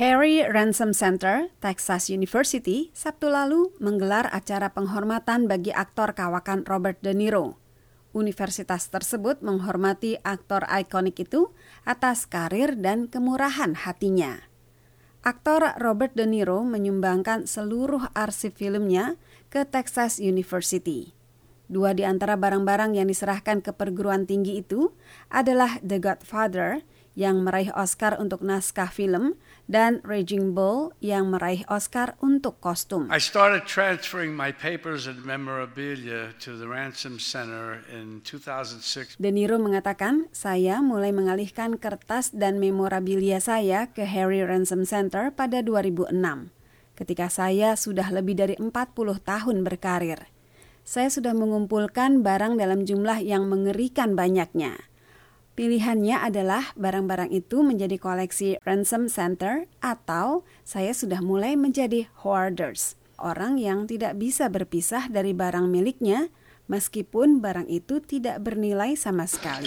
Harry Ransom Center, Texas University, Sabtu lalu menggelar acara penghormatan bagi aktor kawakan Robert De Niro. Universitas tersebut menghormati aktor ikonik itu atas karir dan kemurahan hatinya. Aktor Robert De Niro menyumbangkan seluruh arsip filmnya ke Texas University. 2 di antara barang-barang yang diserahkan ke perguruan tinggi itu adalah The Godfather yang meraih Oscar untuk naskah film dan Raging Bull yang meraih Oscar untuk kostum. I started transferring my papers and memorabilia to the Ransom Center in 2006. De Niro mengatakan, saya mulai mengalihkan kertas dan memorabilia saya ke Harry Ransom Center pada 2006, ketika saya sudah lebih dari 40 tahun berkarir. Saya sudah mengumpulkan barang dalam jumlah yang mengerikan banyaknya. Pilihannya adalah barang-barang itu menjadi koleksi Ransom Center atau saya sudah mulai menjadi hoarders, orang yang tidak bisa berpisah dari barang miliknya meskipun barang itu tidak bernilai sama sekali.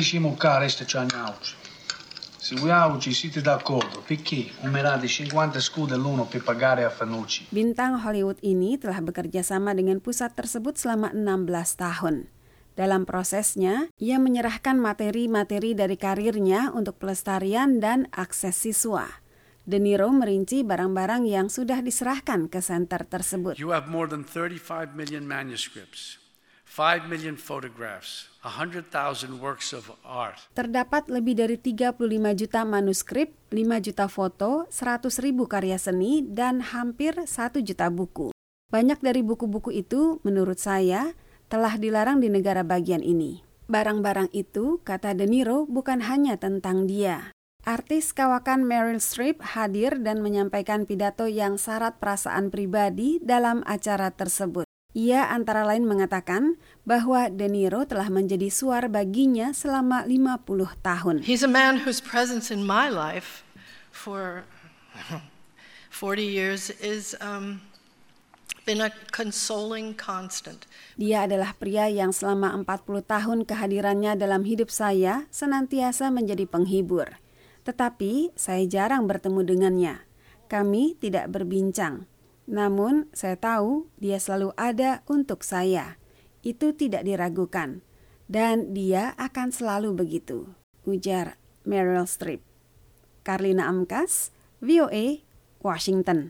Se voi oggi siete d'accordo, perché umerate 50 scudi l'uno per pagare a Fanucci? Bintang Hollywood ini telah bekerja sama dengan pusat tersebut selama 16 tahun. Dalam prosesnya, ia menyerahkan materi-materi dari karirnya untuk pelestarian dan akses siswa. De Niro merinci barang-barang yang sudah diserahkan ke center tersebut. You have more than 35 million manuscripts, 5 million photographs, 100,000 works of art. Terdapat lebih dari 35 juta manuskrip, 5 juta foto, 100.000 karya seni, dan hampir 1 juta buku. Banyak dari buku-buku itu, menurut saya, telah dilarang di negara bagian ini. Barang-barang itu, kata De Niro, bukan hanya tentang dia. Artis kawakan Meryl Streep hadir dan menyampaikan pidato yang syarat perasaan pribadi dalam acara tersebut. Ia antara lain mengatakan bahwa De Niro telah menjadi suar baginya selama 50 tahun. He's a man whose presence in my life for 40 years is been a consoling constant. Dia adalah pria yang selama 40 tahun kehadirannya dalam hidup saya senantiasa menjadi penghibur. Tetapi saya jarang bertemu dengannya. Kami tidak berbincang. Namun saya tahu dia selalu ada untuk saya. Itu tidak diragukan. Dan dia akan selalu begitu, ujar Meryl Streep. Karlina Amkas, VOA, Washington.